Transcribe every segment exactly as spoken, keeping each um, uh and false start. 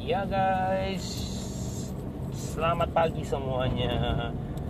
Ya guys, selamat pagi semuanya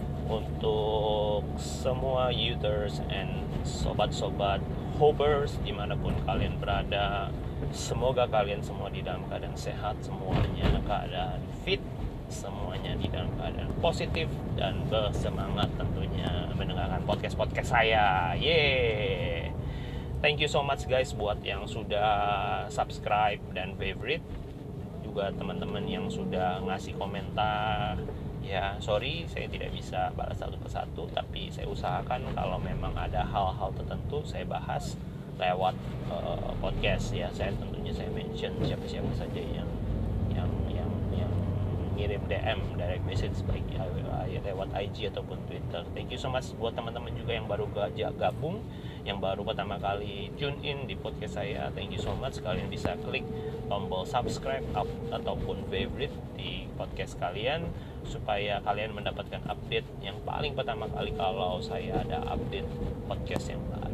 untuk semua users and sobat-sobat hoppers dimanapun kalian berada. Semoga kalian semua di dalam keadaan sehat, semuanya keadaan fit, semuanya di dalam keadaan positif dan bersemangat tentunya mendengarkan podcast-podcast saya. Yeay. Thank you so much guys buat yang sudah subscribe dan favorite, juga teman-teman yang sudah ngasih komentar. Ya sorry saya tidak bisa balas satu persatu, tapi saya usahakan kalau memang ada hal-hal tertentu saya bahas lewat uh, podcast ya. Saya tentunya saya mention siapa-siapa saja yang yang yang yang ngirim D M, direct message, baik ya, lewat I G ataupun Twitter. Thank you so much buat teman-teman juga yang baru gabung, yang baru pertama kali tune in di podcast saya. Thank you so much. Kalian bisa klik tombol subscribe up, ataupun favorite di podcast kalian supaya kalian mendapatkan update yang paling pertama kali kalau saya ada update podcast yang baru.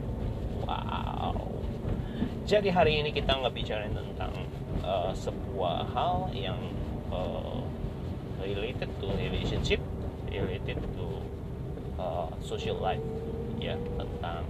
Wow. Jadi hari ini kita ngebicarain tentang uh, sebuah hal yang uh, related to relationship, related to uh, social life, ya, tentang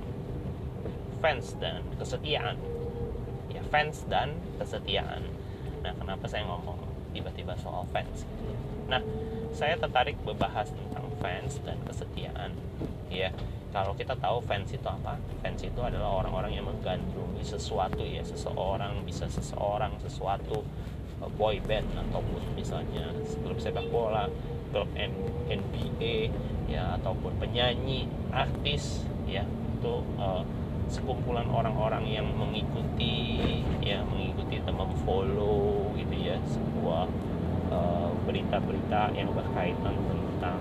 fans dan kesetiaan. Ya, fans dan kesetiaan. Nah, kenapa saya ngomong tiba-tiba soal fans? Nah, saya tertarik membahas tentang fans dan kesetiaan. Ya, kalau kita tahu fans itu apa? Fans itu adalah orang-orang yang menggandrungi sesuatu, ya, seseorang, bisa seseorang, sesuatu, boy band ataupun misalnya klub sepak bola, klub N B A, ya, ataupun penyanyi, artis, ya, itu uh, sekumpulan orang-orang yang mengikuti, ya, mengikuti atau memfollow gitu ya sebuah uh, berita-berita yang berkaitan tentang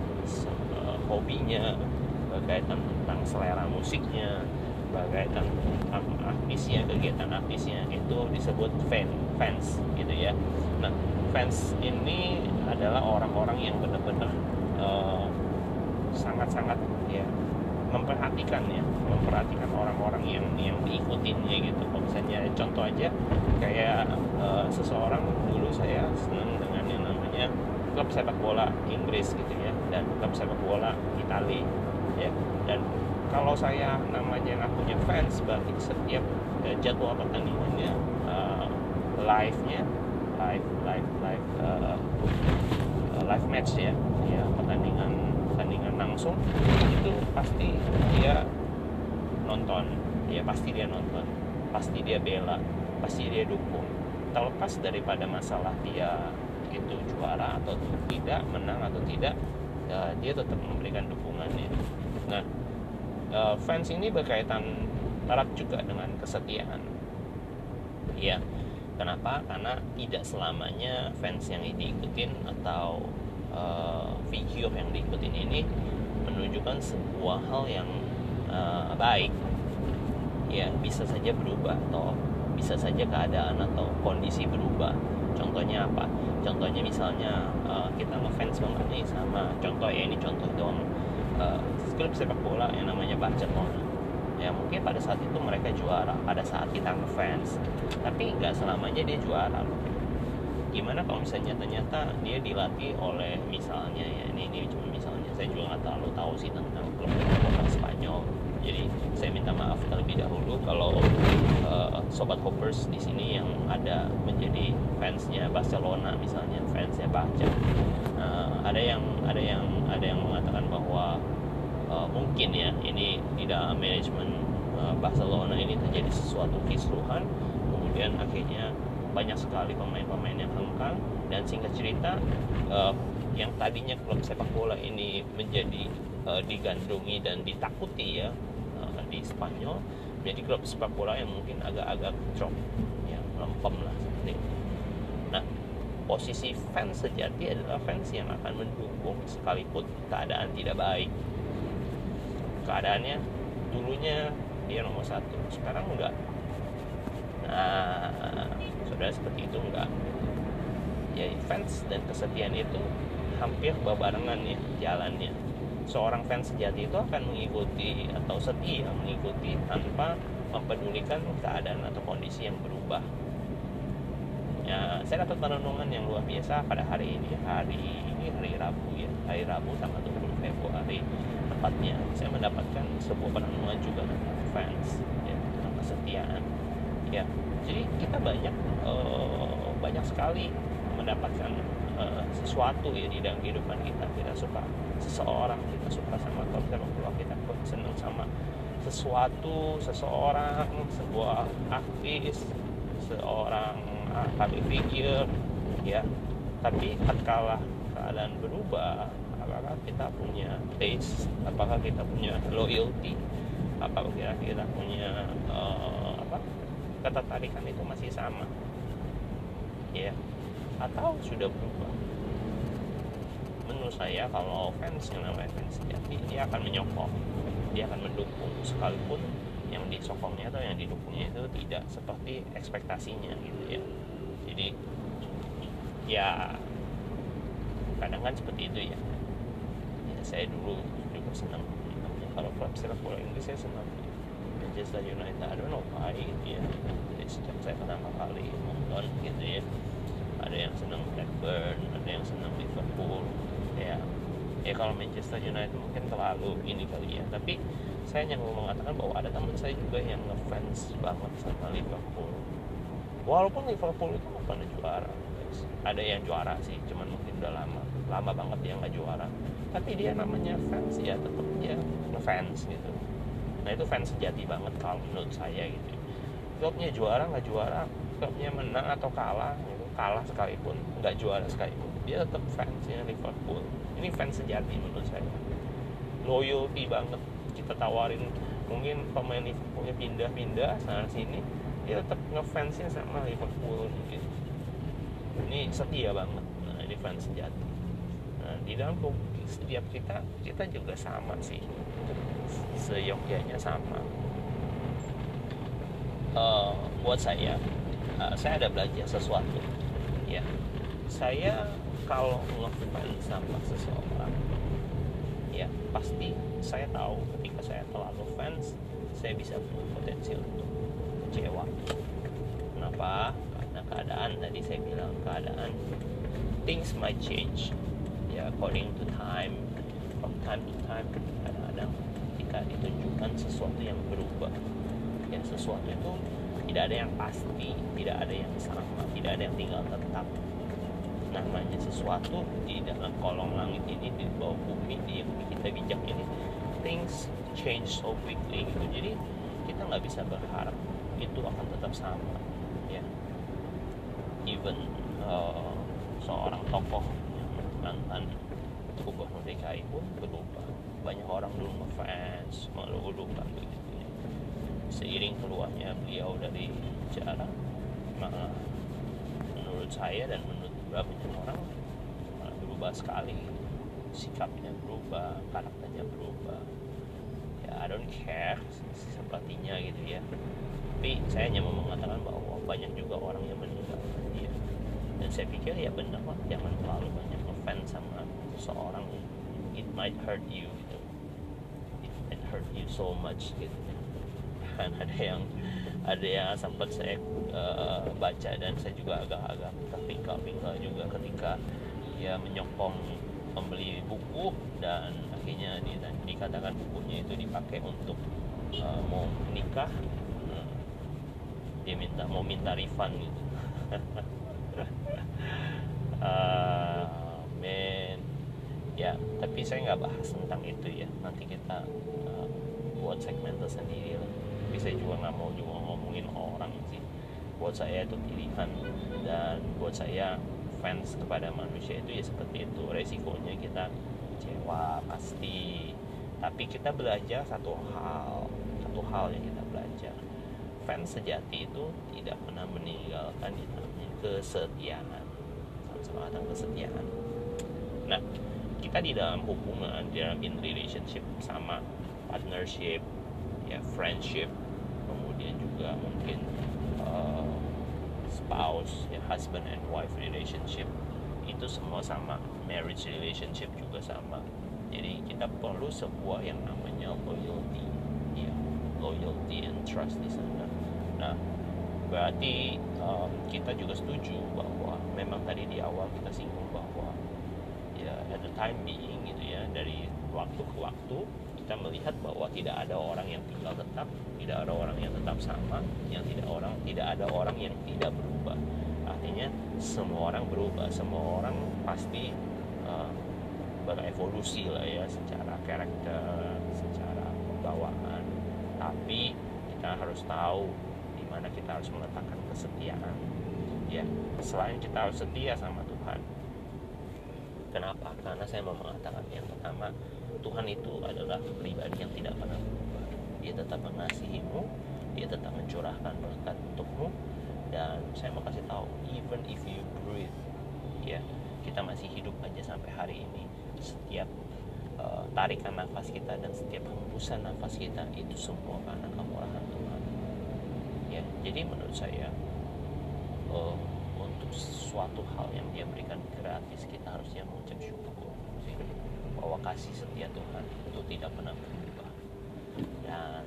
uh, hobinya, berkaitan tentang selera musiknya, berkaitan tentang artisnya, kegiatan artisnya, itu disebut fan, fans gitu ya. Nah, fans ini adalah orang-orang yang benar-benar uh, sangat-sangat ya memperhatikan ya, memperhatikan orang-orang yang yang diikutinnya gitu. Kalau misalnya contoh aja kayak uh, seseorang, dulu saya senang dengan yang namanya klub sepak bola Inggris gitu ya, dan klub sepak bola Italia ya. Dan kalau saya namanya nggak punya fans, berarti setiap uh, jadwal pertandingannya, uh, live-nya, live live live uh, uh, live match ya, ya pertandingan pertandingan langsung itu pasti dia nonton, ya pasti dia nonton, pasti dia bela, pasti dia dukung, terlepas daripada masalah dia itu juara atau tidak, menang atau tidak, ya, dia tetap memberikan dukungannya. Nah, uh, fans ini berkaitan erat juga dengan kesetiaan. Ya, kenapa? Karena tidak selamanya fans yang diikutin atau uh, figur yang diikutin ini menunjukkan sebuah hal yang uh, baik. Ya, bisa saja berubah atau bisa saja keadaan atau kondisi berubah. Contohnya apa? Contohnya misalnya uh, kita ngefans banget nih sama, contoh ya, ini contoh doang, uh, klub sepak bola yang namanya Barcelona. Ya mungkin pada saat itu mereka juara, pada saat kita ngefans, tapi nggak selamanya dia juara. Gimana kalau misalnya ternyata dia dilatih oleh misalnya ya, ini ini cuma misalnya, saya juga nggak terlalu tahu sih tentang klub bola Spanyol. Jadi saya minta maaf terlebih dahulu kalau uh, sobat hoppers di sini yang ada menjadi fansnya Barcelona misalnya, fansnya Barca. Uh, ada yang ada yang ada yang mengatakan bahwa uh, mungkin ya ini di dalam manajemen uh, Barcelona ini terjadi sesuatu kisruhan, kemudian akhirnya banyak sekali pemain-pemain yang hengkang, dan singkat cerita uh, yang tadinya klub sepak bola ini menjadi uh, digandrungi dan ditakuti ya uh, di Spanyol, menjadi klub sepak bola yang mungkin agak-agak drop, ya melempem lah seperti itu. Nah, posisi fans sejati adalah fans yang akan mendukung sekalipun keadaan tidak baik. Keadaannya dulunya dia nomor satu, sekarang enggak. Nah, saudara, seperti itu enggak. Ya, fans dan kesetiaan itu hampir berbarengan ya jalannya. Seorang fans sejati itu akan mengikuti atau setia mengikuti tanpa mempedulikan keadaan atau kondisi yang berubah. Ya, Nah, saya dapat perenungan yang luar biasa pada hari ini, hari ini hari Rabu ya, hari Rabu tanggal dua puluh Februari tepatnya. Saya mendapatkan sebuah perenungan juga tentang fans, ya, tentang kesetiaan. Ya, jadi kita banyak uh, banyak sekali mendapatkan uh, sesuatu ya di dalam kehidupan kita. Kita suka seseorang, kita suka sama teman keluarga kita, senang sama sesuatu, seseorang, sebuah artis, seorang uh, public figure, ya. Tapi tatkala keadaan berubah, apakah kita punya taste, apakah kita punya loyalty, apakah kita, kita punya uh, apa ketertarikan itu masih sama, ya, atau sudah berubah? Menurut saya kalau fans, yang namanya fans sejati, dia akan menyokong, dia akan mendukung, sekalipun yang disokongnya atau yang didukungnya itu tidak seperti ekspektasinya gitu ya. Jadi ya kadang kan seperti itu ya. Ya saya dulu juga senang ya, kalau klub sepak bola Inggris saya senang Manchester United. I don't know why gitu ya. Jadi sejak saya pertama kali nonton gitu ya, ada yang senang Blackburn, ada yang senang Liverpool ya. Ya kalau Manchester United mungkin terlalu ini kali ya, tapi saya hanya mau mengatakan bahwa ada teman saya juga yang ngefans banget sama Liverpool, walaupun Liverpool itu nggak pernah juara. Ada yang juara sih, cuman mungkin udah lama lama banget dia nggak juara, tapi dia namanya fans ya, tetap dia ngefans gitu. Nah itu fans sejati banget kalau menurut saya gitu. Klubnya juara nggak juara, klubnya menang atau kalah gitu, kalah sekalipun, nggak juara sekalipun, dia tetap fansnya Liverpool. Ini fans sejati menurut saya, loyalty banget. Kita tawarin mungkin pemain Liverpoolnya pindah-pindah sana sini, dia tetap ngefansnya sama Liverpool gitu. Ini setia banget. Nah ini fans sejati. Nah di dalam setiap kita kita juga sama sih, seyogyanya sama. Uh, buat saya, uh, saya ada belajar sesuatu ya. Saya kalau ngefans sama seseorang ya pasti saya tahu ketika saya terlalu fans, saya bisa punya potensi untuk kecewa. Kenapa? Karena keadaan, tadi saya bilang keadaan, things might change ya, according to time, from time to time. Kadang-kadang ketika ditunjukkan sesuatu yang berubah ya, sesuatu itu tidak ada yang pasti, tidak ada yang sama, tidak ada yang tinggal tetap. Namanya sesuatu di dalam kolong langit ini, di bawah bumi di yang kita bijak ini, things change so quickly gitu. Jadi kita nggak bisa berharap itu akan tetap sama ya. Even uh, seorang tokoh mantan gubernur D K I pun berubah. Banyak orang dulu ngefans, melulukan begitu ya. Seiring keluarnya beliau dari penjara, maka menurut saya dan menurut banyak orang berubah sekali, sikapnya berubah, karakternya berubah ya. I don't care sepertinya gitu ya, tapi saya hanya mau mengatakan bahwa banyak juga orang yang meninggalkan dia, dan saya pikir ya benar lah, jangan terlalu banyak ngefans sama seseorang. It might hurt you gitu, it might hurt you so much gitu. Dan ada yang ada yang sempat saya uh, baca, dan saya juga agak-agak terpingkal-pingkal juga ketika dia menyokong membeli buku, dan akhirnya di, dikatakan bukunya itu dipakai untuk uh, mau menikah. uh, dia minta mau minta refund gitu. uh, man ya, tapi saya nggak bahas tentang itu ya, nanti kita uh, buat segmen tersendiri lah. Tapi saya juga nggak mau juga ngomongin orang sih. Buat saya itu pilihan, dan buat saya fans kepada manusia itu ya seperti itu, resikonya kita kecewa pasti. Tapi kita belajar satu hal, satu hal yang kita belajar, fans sejati itu tidak pernah meninggalkan yang namanya kesetiaan. Sama-sama tentang kesetiaan. Nah, kita di dalam hubungan, di dalam in relationship, sama partnership ya, friendship, kemudian juga mungkin uh, spouse ya, husband and wife relationship, itu semua sama. Marriage relationship juga sama. Jadi kita perlu sebuah yang namanya loyalty ya, loyalty and trust di sana. Nah berarti um, kita juga setuju bahwa memang tadi di awal kita singgung bahwa ya at the time being gitu ya, dari waktu ke waktu kita melihat bahwa tidak ada orang yang tinggal tetap, tidak ada orang yang tetap sama, yang tidak orang tidak ada orang yang tidak berubah. Artinya semua orang berubah, semua orang pasti uh, berevolusi lah ya, secara karakter, secara pembawaan. Tapi kita harus tahu di mana kita harus meletakkan kesetiaan. Ya, selain kita harus setia sama Tuhan. Kenapa? Karena saya mau mengatakan yang pertama, Tuhan itu adalah pribadi yang tidak pernah berubah. Dia tetap mengasihimu, dia tetap mencurahkan berkat untukmu. Dan saya mau kasih tahu, even if you breathe, ya, kita masih hidup aja sampai hari ini. Setiap uh, tarikan nafas kita dan setiap hembusan nafas kita itu semua karena kemurahan Tuhan. Ya, jadi menurut saya uh, untuk suatu hal yang dia berikan gratis, kita harusnya mengucap syukur bahwa kasih setia Tuhan itu tidak pernah berubah. Dan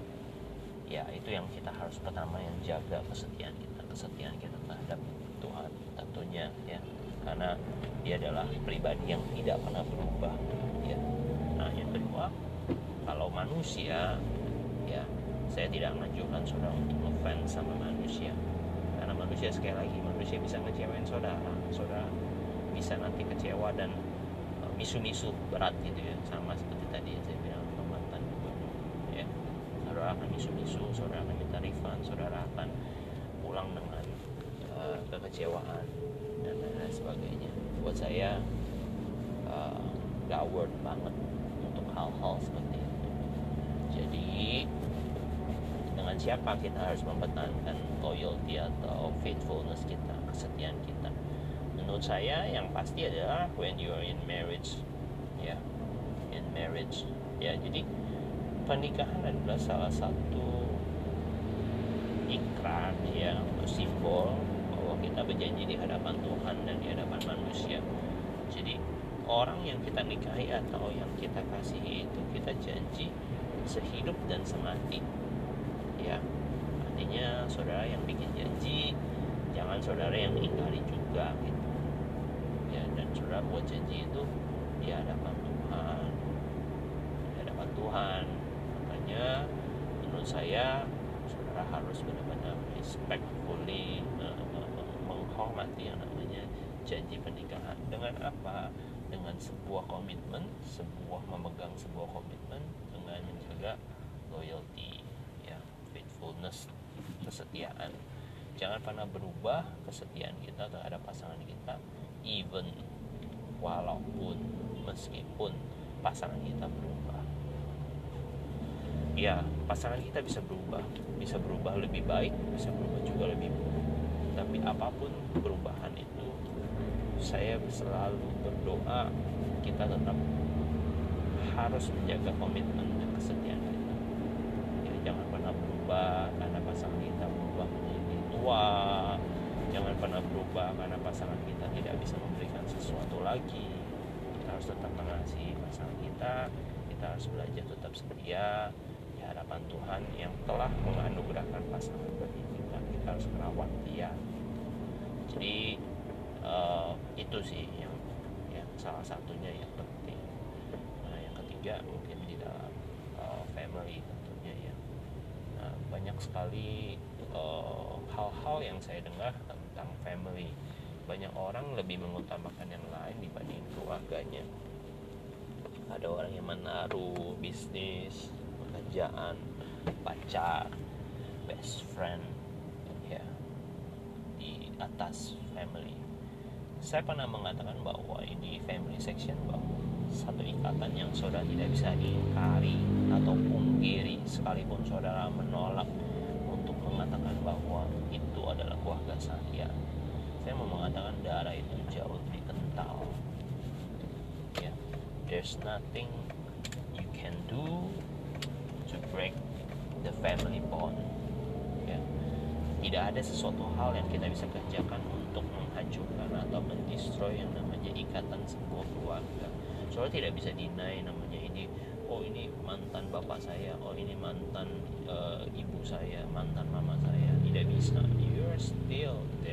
ya itu yang kita harus pertama yang jaga, kesetiaan kita, kesetiaan kita terhadap Tuhan tentunya ya, karena dia adalah pribadi yang tidak pernah berubah ya. Nah yang kedua, kalau manusia ya, saya tidak menganjurkan saudara untuk ngefans sama manusia, karena manusia sekali lagi manusia bisa ngecewain saudara, saudara bisa nanti kecewa dan uh, misu-misu berat gitu ya, sama seperti tadi yang saya bilang ke mantan gubernur ya. Saudara akan misu-misu, saudara akan minta refund, saudara akan pulang dengan uh, kekecewaan dan lain sebagainya. Buat saya uh, gak worth banget untuk hal-hal seperti itu. Jadi dengan siapa kita harus mempertahankan loyalty atau faithfulness kita, kesetiaan kita? Menurut saya yang pasti adalah when you are in marriage ya, in marriage ya. Jadi pernikahan adalah salah satu ikrar ya, atau simbol bahwa kita berjanji di hadapan Tuhan dan di hadapan manusia. Jadi orang yang kita nikahi atau yang kita kasihi itu kita janji sehidup dan semati ya. Artinya saudara yang bikin janji, jangan saudara yang ingkari juga gitu ya. Dan saudara buat janji itu di hadapan Tuhan, di hadapan Tuhan. Makanya menurut saya saudara harus benar-benar respectfully uh, menghormati yang namanya janji pernikahan. Dengan apa? Dengan sebuah komitmen, sebuah memegang sebuah komitmen dengan menjaga loyalty ya, faithfulness, kesetiaan. Jangan pernah berubah kesetiaan kita terhadap pasangan kita, even walaupun meskipun pasangan kita berubah. Ya, pasangan kita bisa berubah, bisa berubah lebih baik, bisa berubah juga lebih buruk. Tapi apapun perubahan itu, saya selalu berdoa kita tetap harus menjaga komitmen dan kesetiaan kita. Ya, jangan pernah berubah karena pasangan kita berubah menjadi tua. Jangan pernah berubah karena pasangan kita tidak bisa memberikan sesuatu lagi. Kita harus tetap mengasihi pasangan kita. Kita harus belajar tetap setia di hadapan Tuhan yang telah menganugerahkan pasangan bagi kita. Kita harus merawat dia. Jadi uh, itu sih yang, yang salah satunya yang penting. Nah, yang ketiga mungkin di dalam uh, family tentunya ya. Nah, banyak sekali uh, hal-hal yang saya dengar tentang family. Banyak orang lebih mengutamakan yang lain dibanding keluarganya. Ada orang yang menaruh bisnis, pekerjaan, pacar, best friend ya di atas family. Saya pernah mengatakan bahwa ini family section, bahwa satu ikatan yang saudara tidak bisa diingkari atau pungkiri, sekalipun saudara menolak untuk mengatakan bahwa itu adalah keluarga saya. Saya mau mengatakan darah itu jauh lebih kental ya. There's nothing you can do to break the family bond ya. Tidak ada sesuatu hal yang kita bisa kerjakan untuk menghancurkan atau mendestroy yang namanya ikatan sebuah keluarga. Soalnya tidak bisa deny namanya ini, oh ini mantan bapak saya, oh ini mantan uh, ibu saya, mantan mama saya. Tidak bisa.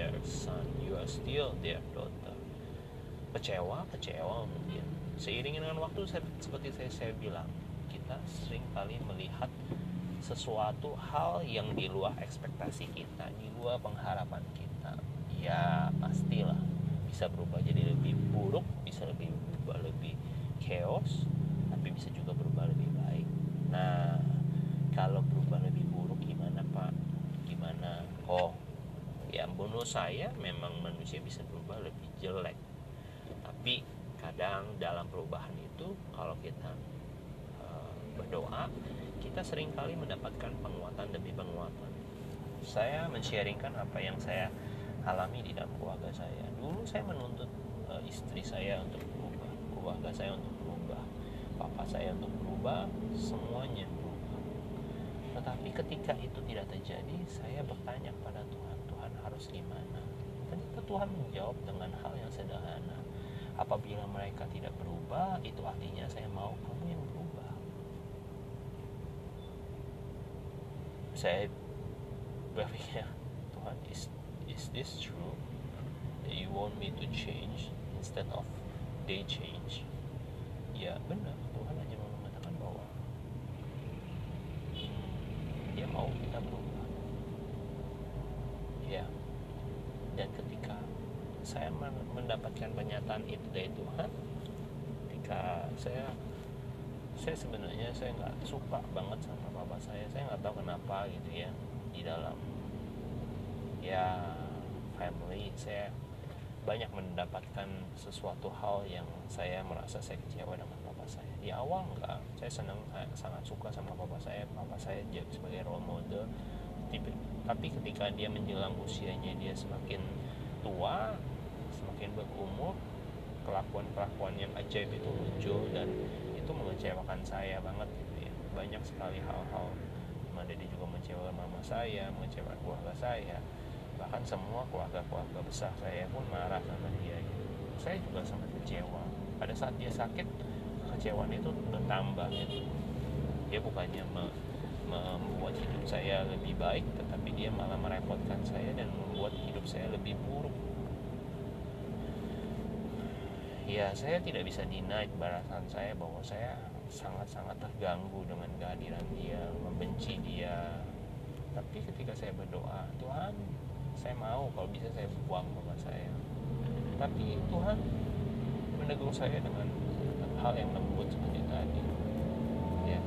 their son, you are still their daughter. Kecewa, kecewa mungkin. Seiring dengan waktu, saya, seperti saya, saya bilang, kita sering kali melihat sesuatu hal yang di luar ekspektasi kita, di luar pengharapan kita. Ya pastilah bisa berubah jadi lebih buruk, bisa lebih berubah lebih chaos, tapi bisa juga berubah lebih baik. Nah, kalau berubah lebih buruk gimana Pak? Gimana? Oh, ya menurut saya memang manusia bisa berubah lebih jelek. Tapi kadang dalam perubahan itu kalau kita uh, berdoa, kita seringkali mendapatkan penguatan demi penguatan. Saya men-sharingkan apa yang saya alami di dalam keluarga saya. Dulu saya menuntut uh, istri saya untuk berubah, keluarga saya untuk berubah, papa saya untuk berubah, semuanya berubah. Tetapi ketika itu tidak terjadi, saya bertanya kepada Tuhan, Tuhan harus gimana? Ternyata Tuhan menjawab dengan hal yang sederhana. Apabila mereka tidak berubah, itu artinya saya mau kamu yang berubah. Saya berpikir, Tuhan, is, is this true? That you want me to change instead of they change? Ya benar, Tuhan hanya mau mengatakan bahwa hmm, dia mau kita berubah. Ya, dan ketika saya mendapatkan pernyataan itu dari Tuhan, ketika saya saya sebenarnya saya nggak suka banget sama papa saya, saya nggak tahu kenapa gitu ya, di dalam ya family saya banyak mendapatkan sesuatu hal yang saya merasa saya kecewa dengan papa saya. Di awal enggak, saya senang, sangat suka sama papa saya, papa saya sebagai role model. Tapi ketika dia menjelang usianya, dia semakin tua, semakin berumur, kelakuan-kelakuan yang ajaib itu muncul dan itu mengecewakan saya banget gitu ya. Banyak sekali hal-hal dimana dia juga mengecewakan mama saya, mengecewakan keluarga saya, bahkan semua keluarga-keluarga besar saya pun marah sama dia gitu. Saya juga sangat kecewa. Pada saat dia sakit, kekecewaan itu bertambah gitu. Dia bukannya me- membuat hidup saya lebih baik, tetapi dia malah merepotkan saya dan membuat hidup saya lebih buruk. Ya, saya tidak bisa deny perasaan saya bahwa saya sangat-sangat terganggu dengan kehadiran dia, membenci dia. Tapi ketika saya berdoa, Tuhan, saya mau kalau bisa saya buang bapak saya. Tapi Tuhan menegur saya dengan hal yang lembut seperti tadi. Ya.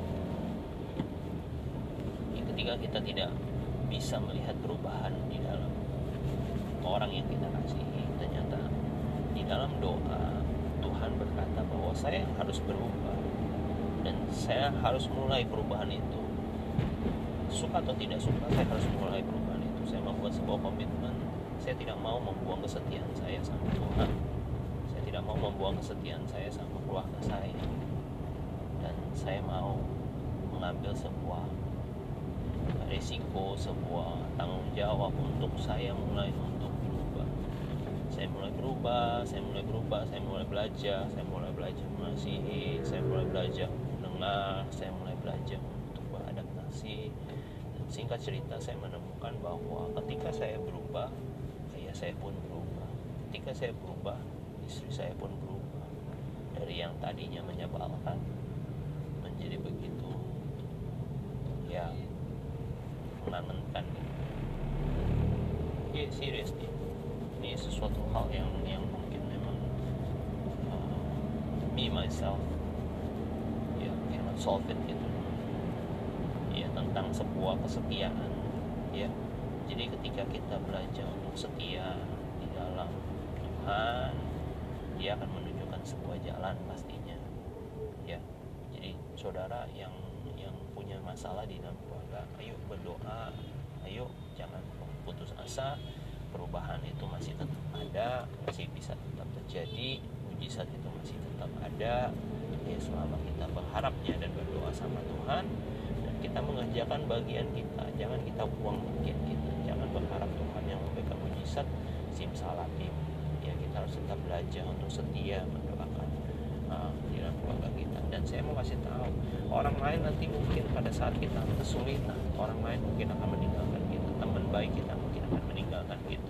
Ya, ketika kita tidak bisa melihat perubahan di dalam orang yang kita kasihi, ternyata di dalam doa Tuhan berkata bahwa saya harus berubah dan saya harus mulai perubahan itu. Suka atau tidak suka, saya harus mulai perubahan itu. Saya membuat sebuah komitmen. Saya tidak mau membuang kesetiaan saya sama Tuhan. Saya tidak mau membuang kesetiaan saya sama keluarga saya. Dan saya mau mengambil sebuah risiko, sebuah tanggung jawab untuk saya mulai untuk berubah. Saya mulai berubah, saya mulai berubah, saya mulai belajar, saya mulai belajar mengasihi, saya mulai belajar mendengar, saya mulai belajar untuk beradaptasi. Dan singkat cerita, saya menemukan bahwa ketika saya berubah, ayah saya pun berubah. Ketika saya berubah, istri saya pun berubah. Dari yang tadinya menyebalkan menjadi begitu ya menenangkan. Ya, serius nih. Ini sesuatu hal yang yang mungkin memang uh, me myself ya cannot solve it gitu ya, tentang sebuah kesetiaan ya. Jadi ketika kita belajar untuk setia di dalam Tuhan, dia akan menunjukkan sebuah jalan pastinya ya. Jadi saudara yang yang punya masalah di dalam keluarga, ayo berdoa, ayo jangan putus asa. Perubahan itu masih tetap ada, masih bisa tetap terjadi, mujizat itu masih tetap ada ya, selama kita berharapnya dan berdoa sama Tuhan dan kita mengerjakan bagian kita. Jangan kita buang bagian kita, jangan berharap Tuhan yang memberikan mujizat simsalabim ya. Kita harus tetap belajar untuk setia mendoakan uh, di dalam keluarga kita. Dan saya mau kasih tahu, orang lain nanti mungkin pada saat kita kesulitan, orang lain mungkin akan meninggalkan kita, teman baik kita mungkin akan meninggalkan kita,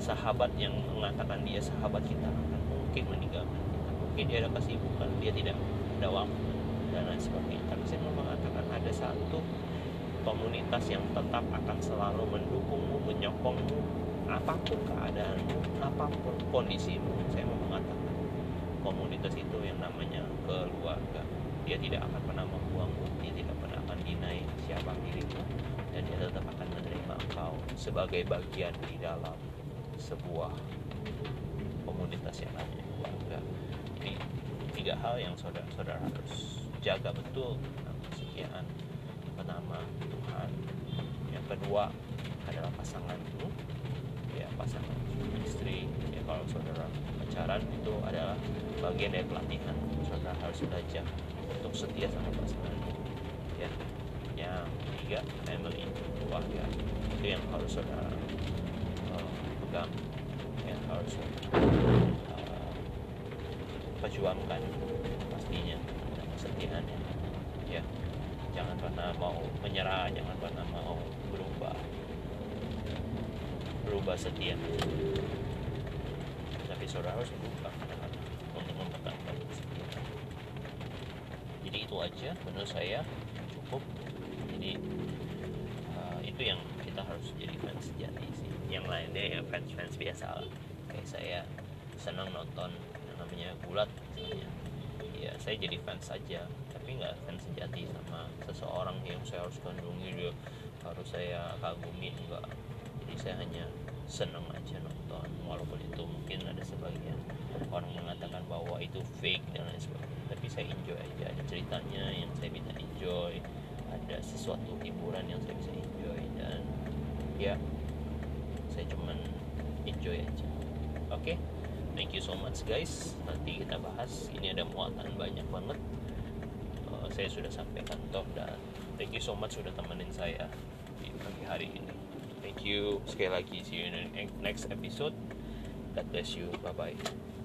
sahabat yang mengatakan dia sahabat kita akan mungkin meninggalkan kita. Mungkin dia ada kesibukan, dia tidak ada waktu dan lain sebagainya. Tapi saya mau mengatakan ada satu komunitas yang tetap akan selalu mendukungmu, menyokongmu, apapun keadaanmu, apapun kondisimu. Saya mau mengatakan komunitas itu yang namanya keluarga. Dia tidak akan pernah membuangmu, dia tidak pernah akan deny siapa dirimu, dan dia tetap akan menerima engkau sebagai bagian di dalam sebuah komunitas yang namanya keluarga. Jadi tiga hal yang saudara-saudara harus jaga betul tentang kesetiaan. Pertama, Tuhan. Yang kedua adalah pasanganmu, ya pasangan istri. Ya kalau saudara pacaran itu adalah bagian dari pelatihan. Saudara harus belajar untuk setia sama pasanganmu. Ya. Yang ketiga, family, keluarga. Itu yang harus saudara uh, pegang, yang harus saudara uh, perjuangkan pastinya dan kesetiaannya. Ya. Jangan pernah mau menyerah, jangan pernah mau berubah berubah setia. Tapi saudara harus berubah untuk mempertahankan kesetiaan. Jadi itu aja menurut saya cukup. Jadi uh, itu yang kita harus jadi fans sejati sih. Yang lainnya ya fans-fans biasa lah. Kayak saya senang nonton yang namanya gulat misalnya. Ya saya jadi fans saja, tapi nggak fans sejati sama seseorang yang saya harus kandungi, dia harus saya kagumi, enggak. Jadi saya hanya seneng aja nonton, walaupun itu mungkin ada sebagian orang mengatakan bahwa itu fake dan lain sebagainya, tapi saya enjoy aja. Ada ceritanya yang saya bisa enjoy, ada sesuatu hiburan yang saya bisa enjoy, dan ya saya cuman enjoy aja. Oke, okay? Thank you so much guys. Nanti kita bahas. Ini ada muatan banyak banget. Uh, saya sudah sampai kantor, dan thank you so much sudah temenin saya di pagi hari ini. Thank you sekali lagi. See you in the next episode. God bless you. Bye bye.